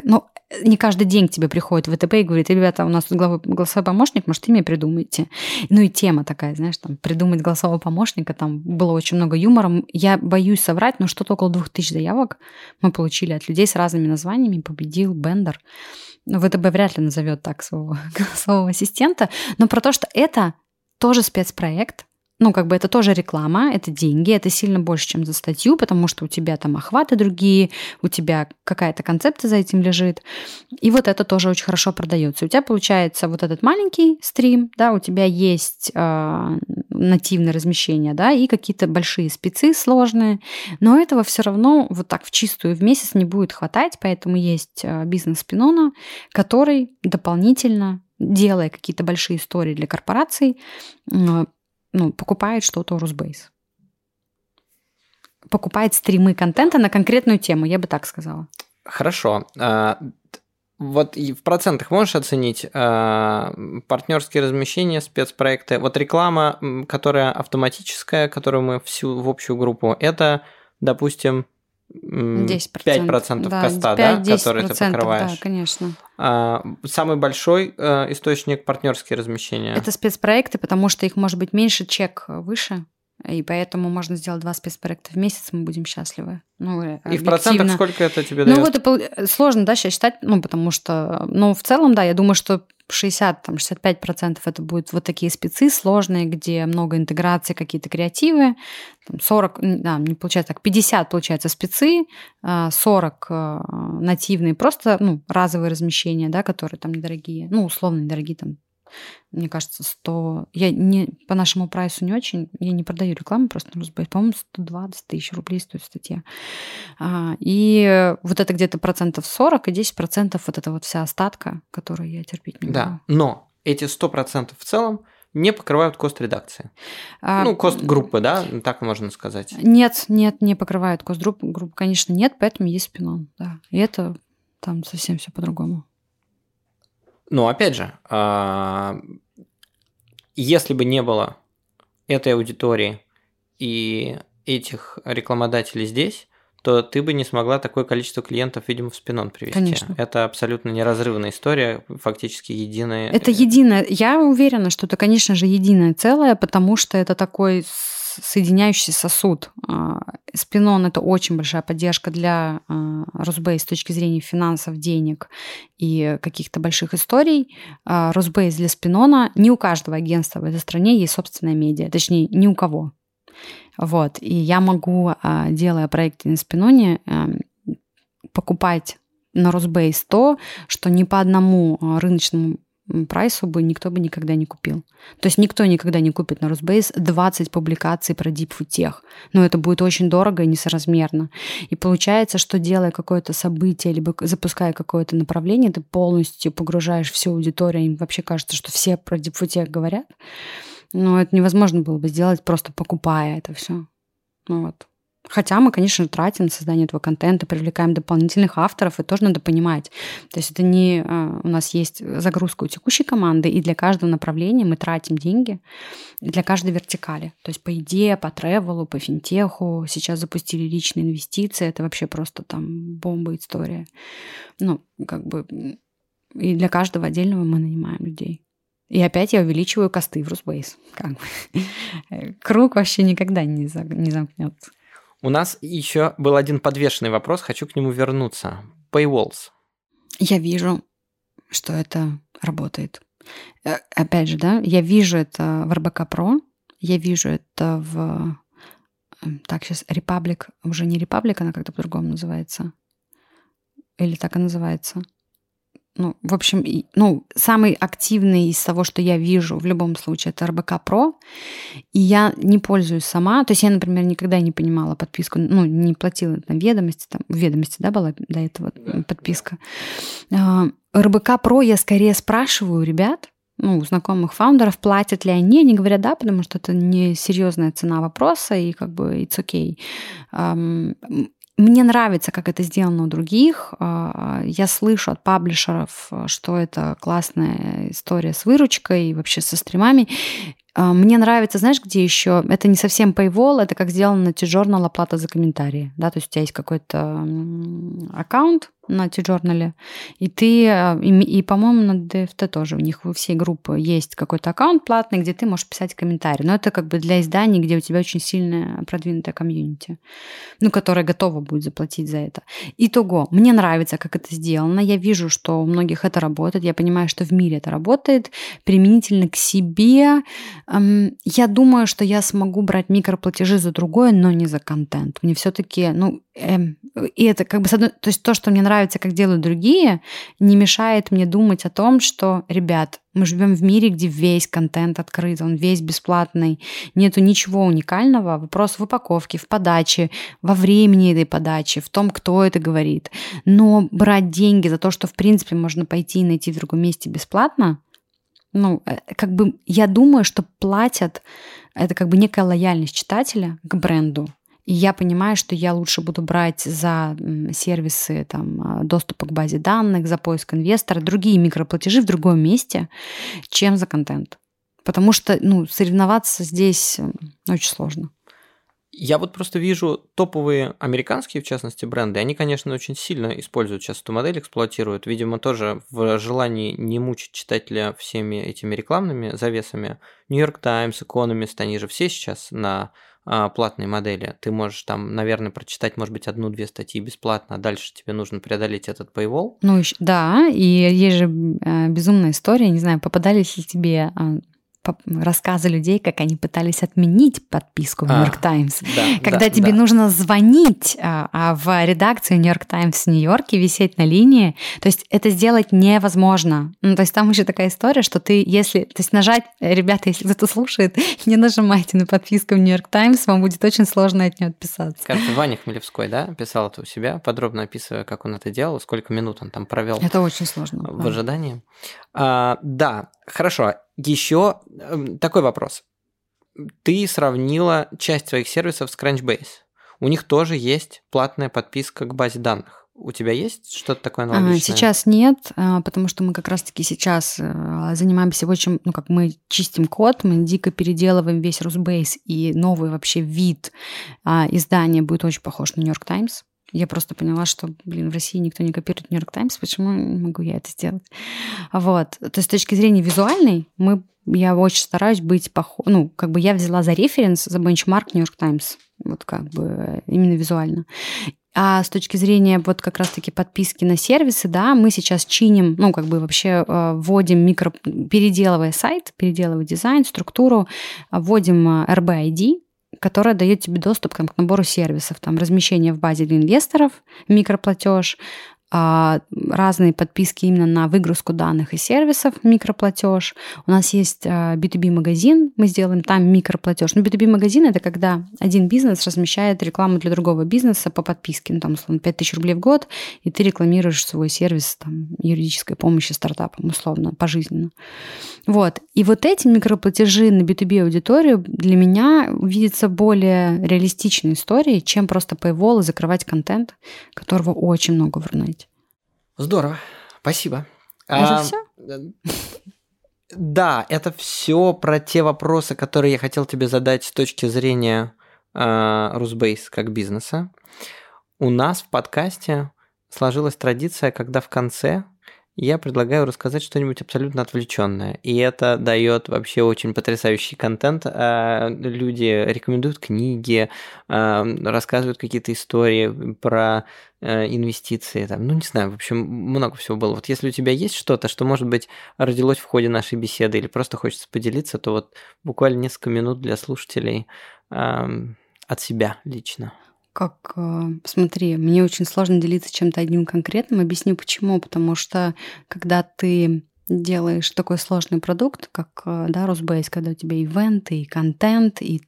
не каждый день к тебе приходит ВТБ и говорит: ребята, у нас тут голосовой помощник, может, имя придумаете. Ну и тема такая, знаешь, там, придумать голосового помощника, там было очень много юмора. Я боюсь соврать, но что-то около 2000 заявок мы получили от людей с разными названиями. Победил Бендер. ВТБ вряд ли назовет так своего голосового ассистента, но про то, что это тоже спецпроект. Ну, как бы это тоже реклама, это деньги, это сильно больше, чем за статью, потому что у тебя там охваты другие, у тебя какая-то концепция за этим лежит. И вот это тоже очень хорошо продается. У тебя получается вот этот маленький стрим, да, у тебя есть нативное размещение, да, и какие-то большие спецы сложные, но этого все равно вот так в чистую в месяц не будет хватать, поэтому есть бизнес Спинона, который дополнительно, делая какие-то большие истории для корпораций, покупает что-то у Rusbase. Покупает стримы контента на конкретную тему, я бы так сказала. Хорошо. Вот в процентах можешь оценить партнерские размещения, спецпроекты? Вот реклама, которая автоматическая, которую мы в общую группу, это, допустим, 10%. 5% да, коста, да, 5-10%, который ты покрываешь? Да, конечно. Самый большой источник партнерские размещения? Это спецпроекты, потому что их может быть меньше, чек выше, и поэтому можно сделать 2 спецпроекта в месяц, мы будем счастливы. И в процентах сколько это тебе дает? Это сложно, да, сейчас считать, потому что, в целом, да, я думаю, что 60-65% это будут вот такие спецы сложные, где много интеграции, какие-то креативы, 40, не получается так, 50 получается спецы, 40 нативные, просто разовые размещения, да, которые там недорогие, условно недорогие, там, мне кажется, 100... по нашему прайсу не очень, я не продаю рекламу просто на Rusbase, по-моему, 120 тысяч рублей стоит статья. И вот это где-то 40%, и 10% вот это вот вся остатка, которую я терпеть не могу. Да, но эти 100% в целом не покрывают кост редакции. Кост группы, да, так можно сказать. Нет, не покрывают кост группы, конечно, нет, поэтому есть Спинон, да. И это там совсем все по-другому. Но опять же, если бы не было этой аудитории и этих рекламодателей здесь, то ты бы не смогла такое количество клиентов, видимо, в Спинон привести. Конечно. Это абсолютно неразрывная история, фактически единая. Это единое. Я уверена, что это, конечно же, единое целое, потому что это такой соединяющий сосуд. Спинон – это очень большая поддержка для Rusbase с точки зрения финансов, денег и каких-то больших историй. Rusbase для Спинона. Не у каждого агентства в этой стране есть собственная медиа. Точнее, ни у кого. Вот. И я могу, делая проекты на Спиноне, покупать на Rusbase то, что ни по одному рыночному прайсу никто бы никогда не купил. То есть никто никогда не купит на Rusbase 20 публикаций про дипфутех. Но это будет очень дорого и несоразмерно. И получается, что делая какое-то событие, либо запуская какое-то направление, ты полностью погружаешь всю аудиторию, им вообще кажется, что все про дипфутех говорят. Но это невозможно было бы сделать, просто покупая это все. Вот. Хотя мы, конечно же, тратим на создание этого контента, привлекаем дополнительных авторов, и тоже надо понимать. То есть это не... У нас есть загрузка у текущей команды, и для каждого направления мы тратим деньги для каждой вертикали. То есть по идее, по тревелу, по финтеху. Сейчас запустили личные инвестиции. Это вообще просто там бомба история. И для каждого отдельного мы нанимаем людей. И опять я увеличиваю косты в Rusbase. Круг вообще никогда не замкнется. У нас еще был один подвешенный вопрос, хочу к нему вернуться. Paywalls. Я вижу, что это работает. Опять же, да, я вижу это в РБК Pro, я вижу это в... Так, сейчас Republic, уже не Republic, она как-то по-другому называется. Или так и называется. В общем, самый активный из того, что я вижу в любом случае, это РБК Pro. И я не пользуюсь сама. То есть я, например, никогда не понимала подписку, не платила на ведомости. Там, в ведомости, да, была до этого подписка. РБК Pro я скорее спрашиваю ребят, у знакомых фаундеров, платят ли они. Они говорят, да, потому что это не серьезная цена вопроса, и it's okay. Мне нравится, как это сделано у других. Я слышу от паблишеров, что это классная история с выручкой и вообще со стримами. Мне нравится, знаешь, где еще? Это не совсем paywall, это как сделано на T-Journal оплата за комментарии. Да? То есть у тебя есть какой-то аккаунт, на T-Journal, и, по-моему, на DFT тоже. У них у всей группы есть какой-то аккаунт платный, где ты можешь писать комментарии. Но это как бы для изданий, где у тебя очень сильная продвинутая комьюнити, которая готова будет заплатить за это. Итого, мне нравится, как это сделано. Я вижу, что у многих это работает. Я понимаю, что в мире это работает. Применительно к себе. Я думаю, что я смогу брать микроплатежи за другое, но не за контент. Мне все-таки, и это как бы, то есть то, что мне нравится, как делают другие, не мешает мне думать о том, что, ребят, мы живем в мире, где весь контент открыт, он весь бесплатный, нету ничего уникального. Вопрос в упаковке, в подаче, во времени этой подачи, в том, кто это говорит. Но брать деньги за то, что, в принципе, можно пойти и найти в другом месте бесплатно, как бы я думаю, что платят, это как бы некая лояльность читателя к бренду. И я понимаю, что я лучше буду брать за сервисы доступа к базе данных, за поиск инвестора, другие микроплатежи в другом месте, чем за контент. Потому что соревноваться здесь очень сложно. Я вот просто вижу топовые американские, в частности, бренды, они, конечно, очень сильно используют сейчас эту модель, эксплуатируют, видимо, тоже в желании не мучить читателя всеми этими рекламными завесами. New York Times, Economist, они же все сейчас на платной модели. Ты можешь там, наверное, прочитать, может быть, 1-2 статьи бесплатно, а дальше тебе нужно преодолеть этот paywall. Да, и есть же безумная история, не знаю, попадались ли тебе рассказы людей, как они пытались отменить подписку в New York Times. Когда тебе нужно звонить в редакцию New York Times в Нью-Йорке, висеть на линии, то есть это сделать невозможно. То есть там еще такая история, что нажать, ребята, если кто-то слушает, не нажимайте на подписку в New York Times, вам будет очень сложно от нее отписаться. Кажется, Ваня Хмелевской, писал это у себя, подробно описывая, как он это делал, сколько минут он там провел. Это очень сложно. В ожидании. Да, хорошо. Еще такой вопрос. Ты сравнила часть своих сервисов с Crunchbase. У них тоже есть платная подписка к базе данных. У тебя есть что-то такое аналогичное? Сейчас нет, потому что мы как раз-таки сейчас занимаемся очень, мы чистим код, мы дико переделываем весь Rusbase, и новый вообще вид издания будет очень похож на New York Times. Я просто поняла, что, в России никто не копирует New York Times, почему не могу я это сделать? То есть с точки зрения визуальной, я очень стараюсь быть я взяла за референс, за бенчмарк New York Times, именно визуально. А с точки зрения как раз-таки подписки на сервисы, мы сейчас чиним, вообще вводим переделывая сайт, переделывая дизайн, структуру, вводим RBID, которая дает тебе доступ к набору сервисов, размещение в базе для инвесторов, микроплатеж, разные подписки именно на выгрузку данных и сервисов, микроплатеж. У нас есть B2B-магазин, мы сделаем там микроплатеж. B2B-магазин — это когда один бизнес размещает рекламу для другого бизнеса по подписке, условно, 5000 рублей в год, и ты рекламируешь свой сервис юридической помощи стартапам, условно, пожизненно. И эти микроплатежи на B2B-аудиторию для меня видятся более реалистичной историей, чем просто paywall и закрывать контент, которого очень много в интернете. Здорово, спасибо. Это все? Да, это все про те вопросы, которые я хотел тебе задать с точки зрения Rusbase как бизнеса. У нас в подкасте сложилась традиция, когда в конце я предлагаю рассказать что-нибудь абсолютно отвлеченное. И это дает вообще очень потрясающий контент. Люди рекомендуют книги, рассказывают какие-то истории про инвестиции. Не знаю, в общем, много всего было. Если у тебя есть что-то, что, может быть, родилось в ходе нашей беседы или просто хочется поделиться, то буквально несколько минут для слушателей от себя лично. Смотри, мне очень сложно делиться чем-то одним конкретным. Объясню почему. Потому что когда ты делаешь такой сложный продукт, как Rusbase, когда у тебя ивенты и контент, и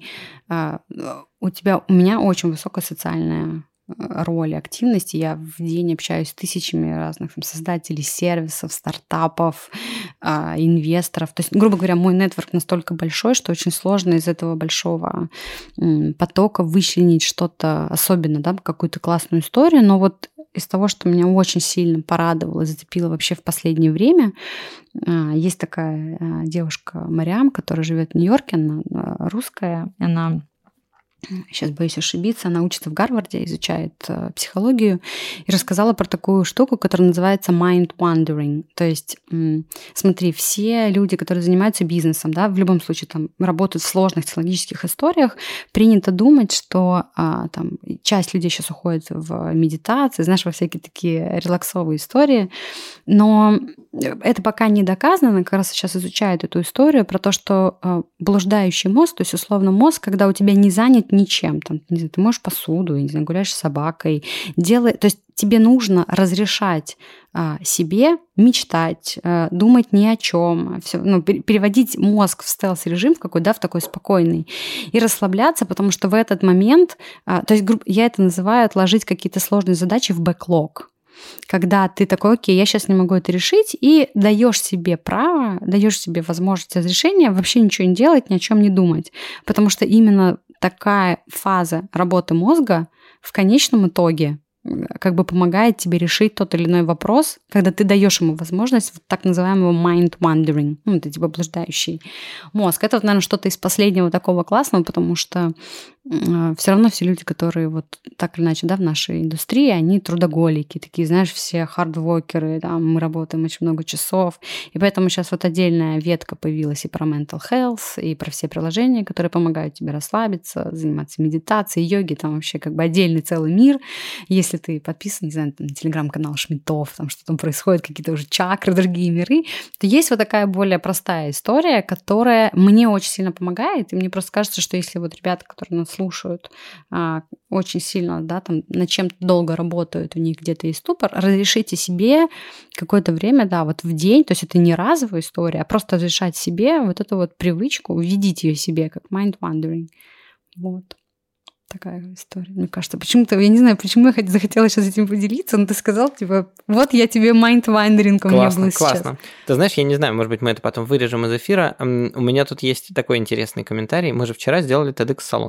у меня очень высокая социальная роль, активность. Я в день общаюсь с тысячами разных создателей сервисов, стартапов, инвесторов. То есть, грубо говоря, мой нетворк настолько большой, что очень сложно из этого большого потока вычленить что-то особенно, какую-то классную историю. Но из того, что меня очень сильно порадовало и зацепило вообще в последнее время, есть такая девушка Мариам, которая живет в Нью-Йорке, она русская, она сейчас боюсь ошибиться, она учится в Гарварде, изучает психологию, и рассказала про такую штуку, которая называется mind wandering. То есть, смотри, все люди, которые занимаются бизнесом, да, в любом случае там работают в сложных технологических историях, принято думать, что там часть людей сейчас уходит в медитации, знаешь, во всякие такие релаксовые истории, но это пока не доказано, как раз сейчас изучают эту историю про то, что блуждающий мозг, то есть условно мозг, когда у тебя не занят ничем, там, не знаю, ты моешь посуду, не знаю, гуляешь с собакой, то есть тебе нужно разрешать себе мечтать, думать ни о чем, переводить мозг в стелс-режим в какой-то, да, в такой спокойный, и расслабляться, потому что в этот момент, то есть я это называю отложить какие-то сложные задачи в бэклог. Когда ты такой, окей, я сейчас не могу это решить, и даешь себе право, даешь себе возможность разрешения вообще ничего не делать, ни о чем не думать. Потому что именно такая фаза работы мозга в конечном итоге как бы помогает тебе решить тот или иной вопрос, когда ты даешь ему возможность вот так называемого mind wandering, это типа блуждающий мозг. Это, наверное, что-то из последнего такого классного, потому что все равно все люди, которые вот так или иначе, да, в нашей индустрии, они трудоголики, такие, знаешь, все хардворкеры, там, мы работаем очень много часов, и поэтому сейчас вот отдельная ветка появилась и про mental health, и про все приложения, которые помогают тебе расслабиться, заниматься медитацией, йоги, там вообще как бы отдельный целый мир. Если ты подписан, не знаю, на телеграм-канал Шмидтов, там что там происходит, какие-то уже чакры, другие миры, то есть вот такая более простая история, которая мне очень сильно помогает, и мне просто кажется, что если вот ребята, которые нас слушают, очень сильно, да, там над чем-то долго работают, у них где-то есть ступор, разрешите себе какое-то время, да, вот в день, то есть это не разовая история, а просто разрешать себе вот эту вот привычку, введить ее себе как mind wandering. Вот. Такая история. Мне кажется, почему-то, я не знаю, почему я захотела сейчас этим поделиться, но ты сказал, типа, вот я тебе mind wandering у меня был сейчас. Классно. Ты знаешь, я не знаю, может быть, мы это потом вырежем из эфира. У меня тут есть такой интересный комментарий. Мы же вчера сделали TEDx-салон.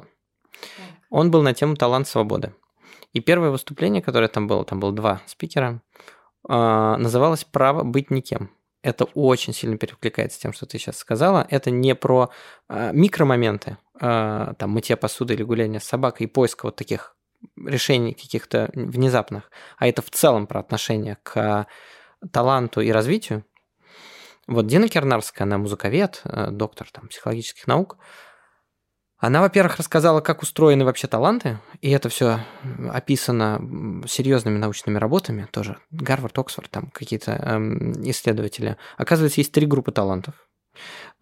Он был на тему «Талант свободы». И первое выступление, которое там было 2 спикера, называлось «Право быть никем». Это очень сильно перекликается с тем, что ты сейчас сказала. Это не про микромоменты, там, мытья посуды или гуляния с собакой и поиска вот таких решений каких-то внезапных, а это в целом про отношение к таланту и развитию. Вот Дина Кернарская, она музыковед, доктор там, психологических наук, она, во-первых, рассказала, как устроены вообще таланты, и это все описано серьезными научными работами, тоже Гарвард, Оксфорд, там какие-то исследователи. Оказывается, есть 3 группы талантов. И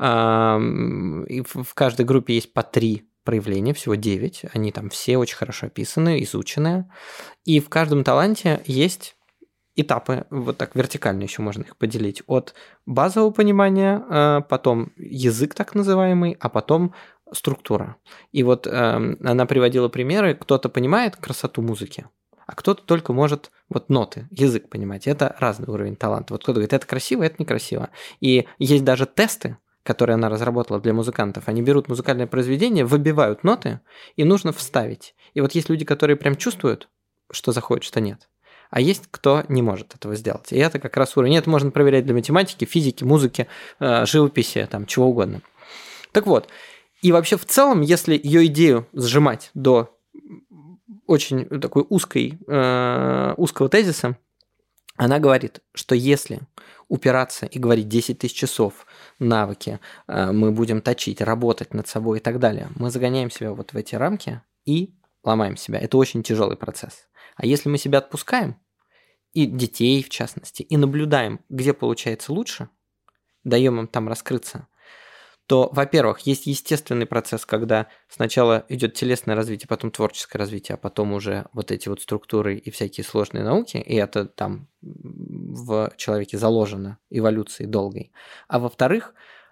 в каждой группе есть по 3 проявления, всего 9. Они там все очень хорошо описаны, изучены. И в каждом таланте есть этапы, вот так вертикально еще можно их поделить, от базового понимания, потом язык так называемый, а потом структура. И вот она приводила примеры, кто-то понимает красоту музыки, а кто-то только может вот ноты, язык понимать. Это разный уровень таланта. Вот кто-то говорит, это красиво, это некрасиво. И есть даже тесты, которые она разработала для музыкантов. Они берут музыкальное произведение, выбивают ноты, и нужно вставить. И вот есть люди, которые прям чувствуют, что заходит, что нет. А есть кто не может этого сделать. И это как раз уровень. Это можно проверять для математики, физики, музыки, живописи, там, чего угодно. Так вот, и вообще в целом, если ее идею сжимать до очень такой узкого тезиса, она говорит, что если упираться и говорить 10 тысяч часов, навыки, мы будем точить, работать над собой и так далее, мы загоняем себя вот в эти рамки и ломаем себя. Это очень тяжелый процесс. А если мы себя отпускаем, и детей в частности, и наблюдаем, где получается лучше, даем им там раскрыться, то, во-первых, есть естественный процесс, когда сначала идет телесное развитие, потом творческое развитие, а потом уже вот эти вот структуры и всякие сложные науки, и это там в человеке заложено эволюцией долгой. А во-вторых,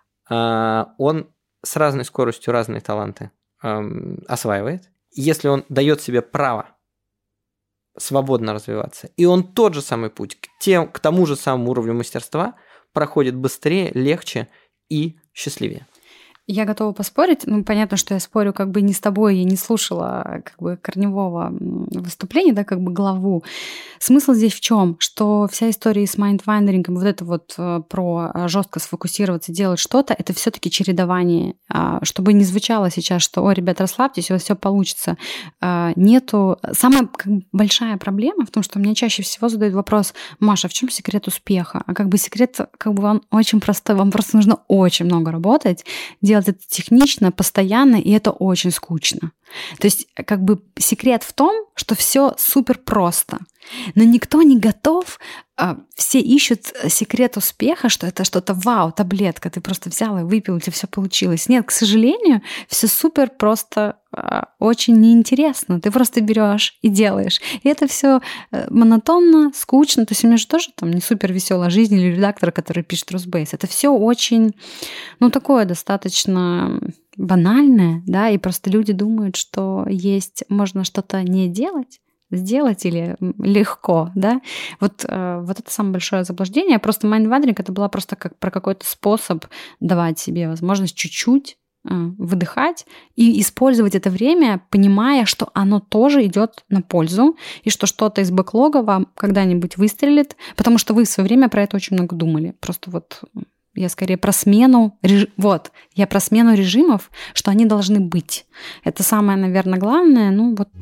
он с разной скоростью разные таланты осваивает. Если он дает себе право свободно развиваться, и он тот же самый путь к тому же самому уровню мастерства проходит быстрее, легче и счастливее. Я готова поспорить. Ну, понятно, что я спорю как бы не с тобой, я не слушала как бы корневого выступления, да, как бы главу. Смысл здесь в чем? Что вся история с майндвандерингом, вот это вот про жестко сфокусироваться, делать что-то, это все-таки чередование. Чтобы не звучало сейчас, что, ой, ребят, расслабьтесь, у вас все получится. Нету... Самая большая проблема в том, что мне чаще всего задают вопрос: Маша, в чем секрет успеха? А как бы секрет, как бы он очень простой, вам просто нужно очень много работать, делать это технично, постоянно, и это очень скучно. То есть как бы секрет в том, что все супер просто. Но никто не готов, все ищут секрет успеха, что это что-то вау, таблетка, ты просто взял и выпил, у тебя все получилось. Нет, к сожалению, все супер просто очень неинтересно. Ты просто берешь и делаешь. И это все монотонно, скучно. То есть у меня же тоже там не супер веселая жизнь или редактор, который пишет RuseBase. Это все очень, ну, такое достаточно банальное, да, и просто люди думают, что можно что-то не делать, сделать или легко, да. Вот это самое большое заблуждение. Просто майндвандеринг — это была просто как про какой-то способ давать себе возможность чуть-чуть выдыхать и использовать это время, понимая, что оно тоже идет на пользу, и что что-то из бэклога вам когда-нибудь выстрелит, потому что вы в свое время про это очень много думали. Просто вот я скорее про смену режимов, что они должны быть. Это самое, наверное, главное. Ну вот.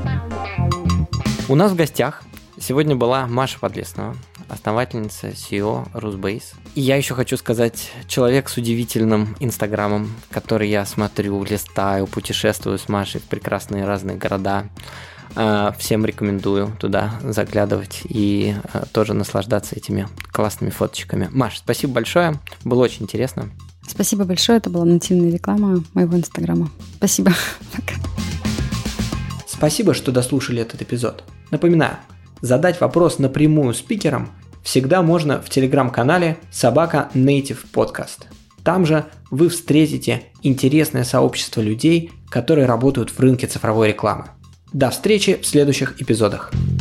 У нас в гостях сегодня была Маша Подлеснова, основательница CEO RuseBase. И я еще хочу сказать, человек с удивительным инстаграмом, который я смотрю, листаю, путешествую с Машей в прекрасные разные города. Всем рекомендую туда заглядывать и тоже наслаждаться этими классными фоточками. Маш, спасибо большое, было очень интересно. Спасибо большое, это была нативная реклама моего инстаграма. Спасибо. Пока. Спасибо, что дослушали этот эпизод. Напоминаю, задать вопрос напрямую спикерам всегда можно в телеграм-канале @native podcast. Там же вы встретите интересное сообщество людей, которые работают в рынке цифровой рекламы. До встречи в следующих эпизодах.